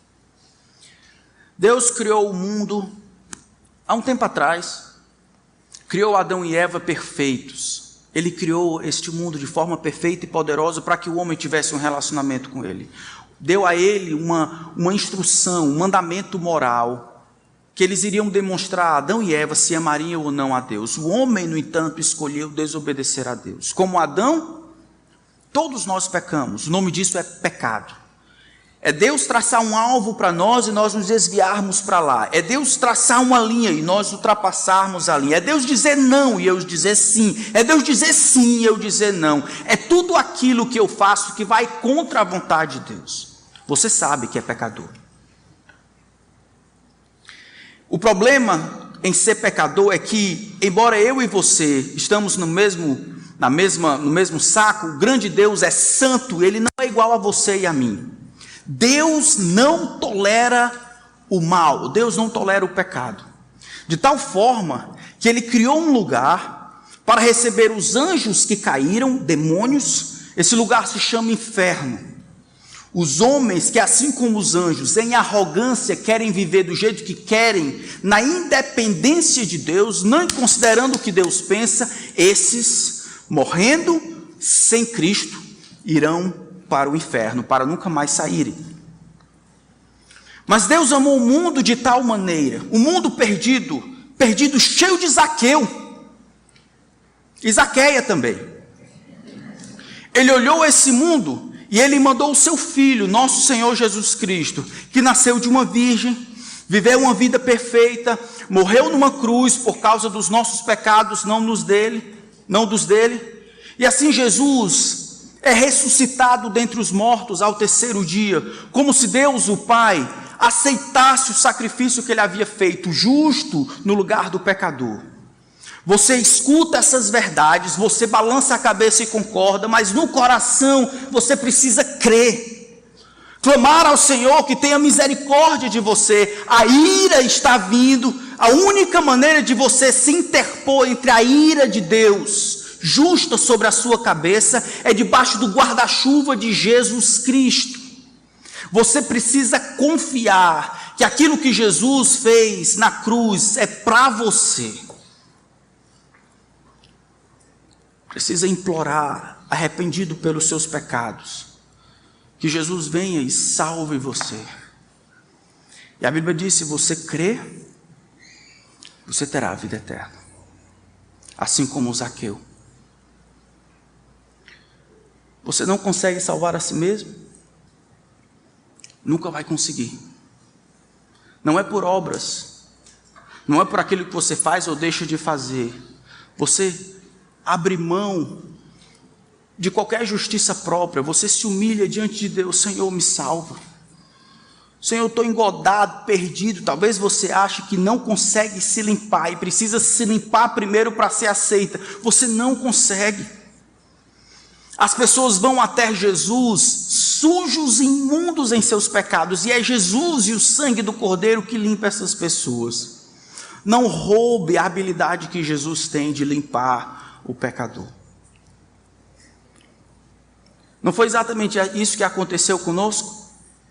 Deus criou o mundo há um tempo atrás, criou Adão e Eva perfeitos. Ele criou este mundo de forma perfeita e poderosa para que o homem tivesse um relacionamento com ele. Deu a ele uma instrução, um mandamento moral, que eles iriam demonstrar a Adão e Eva se amariam ou não a Deus. O homem, no entanto, escolheu desobedecer a Deus. Como Adão, todos nós pecamos. O nome disso é pecado. É Deus traçar um alvo para nós e nós nos desviarmos para lá. É Deus traçar uma linha e nós ultrapassarmos a linha. É Deus dizer não e eu dizer sim. É Deus dizer sim e eu dizer não. É tudo aquilo que eu faço que vai contra a vontade de Deus. Você sabe que é pecador. O problema em ser pecador é que, embora eu e você estamos no mesmo saco, o grande Deus é santo, ele não é igual a você e a mim. Deus não tolera o mal, Deus não tolera o pecado, de tal forma que ele criou um lugar para receber os anjos que caíram, demônios. Esse lugar se chama inferno. Os homens que, assim como os anjos, em arrogância querem viver do jeito que querem, na independência de Deus, não considerando o que Deus pensa, esses, morrendo sem Cristo, irão para o inferno, para nunca mais saírem. Mas Deus amou o mundo de tal maneira, o mundo perdido cheio de Zaqueu, e Zaqueia também. Ele olhou esse mundo e ele mandou o seu Filho, nosso Senhor Jesus Cristo, que nasceu de uma virgem, viveu uma vida perfeita, morreu numa cruz por causa dos nossos pecados, não dos dele, e assim Jesus é ressuscitado dentre os mortos ao terceiro dia, como se Deus, o Pai, aceitasse o sacrifício que ele havia feito, justo no lugar do pecador. Você escuta essas verdades, você balança a cabeça e concorda, mas no coração você precisa crer. Clamar ao Senhor que tenha misericórdia de você. A ira está vindo. A única maneira de você se interpor entre a ira de Deus, justa sobre a sua cabeça, é debaixo do guarda-chuva de Jesus Cristo. Você precisa confiar que aquilo que Jesus fez na cruz é para você. Precisa implorar, arrependido pelos seus pecados, que Jesus venha e salve você. E a Bíblia diz: se você crer, você terá a vida eterna, assim como Zaqueu. Você não consegue salvar a si mesmo? Nunca vai conseguir. Não é por obras, não é por aquilo que você faz ou deixa de fazer. Você abre mão de qualquer justiça própria, você se humilha diante de Deus. Senhor, me salva. Senhor, eu estou engodado, perdido. Talvez você ache que não consegue se limpar e precisa se limpar primeiro para ser aceita. Você não consegue. As pessoas vão até Jesus sujos e imundos em seus pecados, e é Jesus e o sangue do Cordeiro que limpa essas pessoas. Não roube a habilidade que Jesus tem de limpar o pecador. Não foi exatamente isso que aconteceu conosco?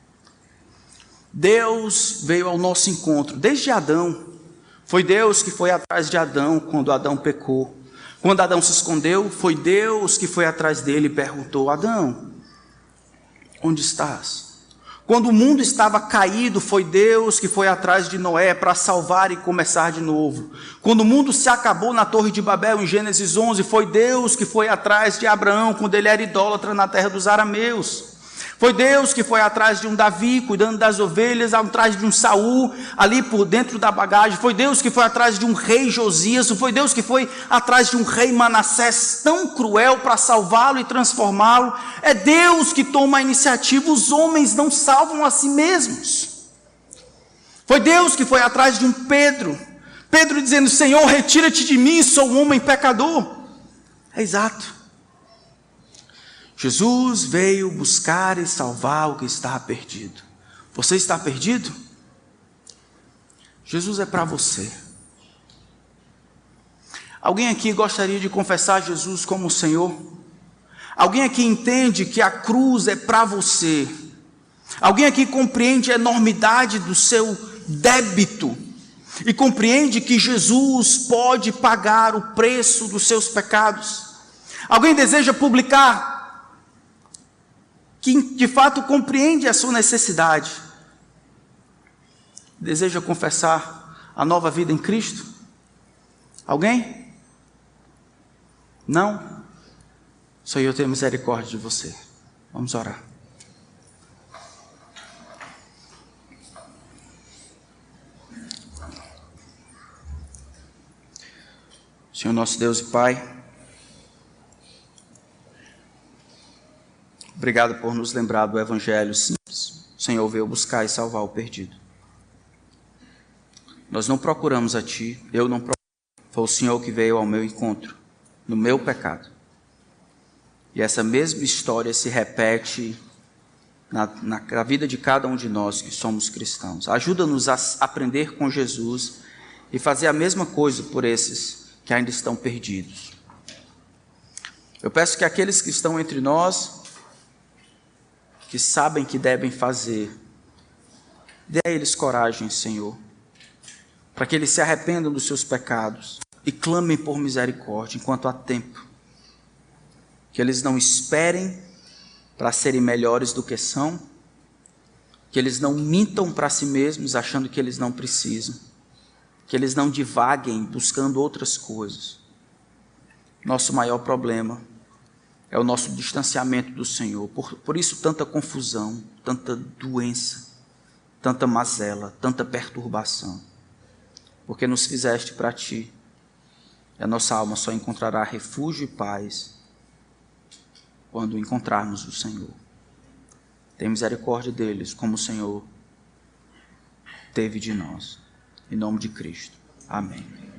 Deus veio ao nosso encontro desde Adão. Foi Deus que foi atrás de Adão quando Adão pecou. Quando Adão se escondeu, foi Deus que foi atrás dele e perguntou: Adão, onde estás? Quando o mundo estava caído, foi Deus que foi atrás de Noé para salvar e começar de novo. Quando o mundo se acabou na Torre de Babel, em Gênesis 11, foi Deus que foi atrás de Abraão, quando ele era idólatra na terra dos arameus. Foi Deus que foi atrás de um Davi, cuidando das ovelhas, atrás de um Saul, ali por dentro da bagagem. Foi Deus que foi atrás de um rei Josias. Foi Deus que foi atrás de um rei Manassés tão cruel para salvá-lo e transformá-lo. É Deus que toma a iniciativa. Os homens não salvam a si mesmos. Foi Deus que foi atrás de um Pedro. Pedro dizendo: Senhor, retira-te de mim, sou um homem pecador. É exato. Jesus veio buscar e salvar o que está perdido. Você está perdido? Jesus é para você. Alguém aqui gostaria de confessar Jesus como Senhor? Alguém aqui entende que a cruz é para você? Alguém aqui compreende a enormidade do seu débito e compreende que Jesus pode pagar o preço dos seus pecados? Alguém deseja publicar que de fato compreende a sua necessidade, deseja confessar a nova vida em Cristo? Alguém? Não? Senhor, tenha misericórdia de você. Vamos orar. Senhor nosso Deus e Pai, obrigado por nos lembrar do Evangelho simples. O Senhor veio buscar e salvar o perdido. Nós não procuramos a Ti, eu não procurei. Foi o Senhor que veio ao meu encontro, no meu pecado. E essa mesma história se repete na vida de cada um de nós que somos cristãos. Ajuda-nos a aprender com Jesus e fazer a mesma coisa por esses que ainda estão perdidos. Eu peço que aqueles que estão entre nós, que sabem que devem fazer, dê a eles coragem, Senhor, para que eles se arrependam dos seus pecados e clamem por misericórdia enquanto há tempo. Que eles não esperem para serem melhores do que são, que eles não mintam para si mesmos achando que eles não precisam, que eles não divaguem buscando outras coisas. Nosso maior problema é o nosso distanciamento do Senhor. Por isso tanta confusão, tanta doença, tanta mazela, tanta perturbação. Porque nos fizeste para Ti. E a nossa alma só encontrará refúgio e paz quando encontrarmos o Senhor. Tem misericórdia deles, como o Senhor teve de nós. Em nome de Cristo. Amém.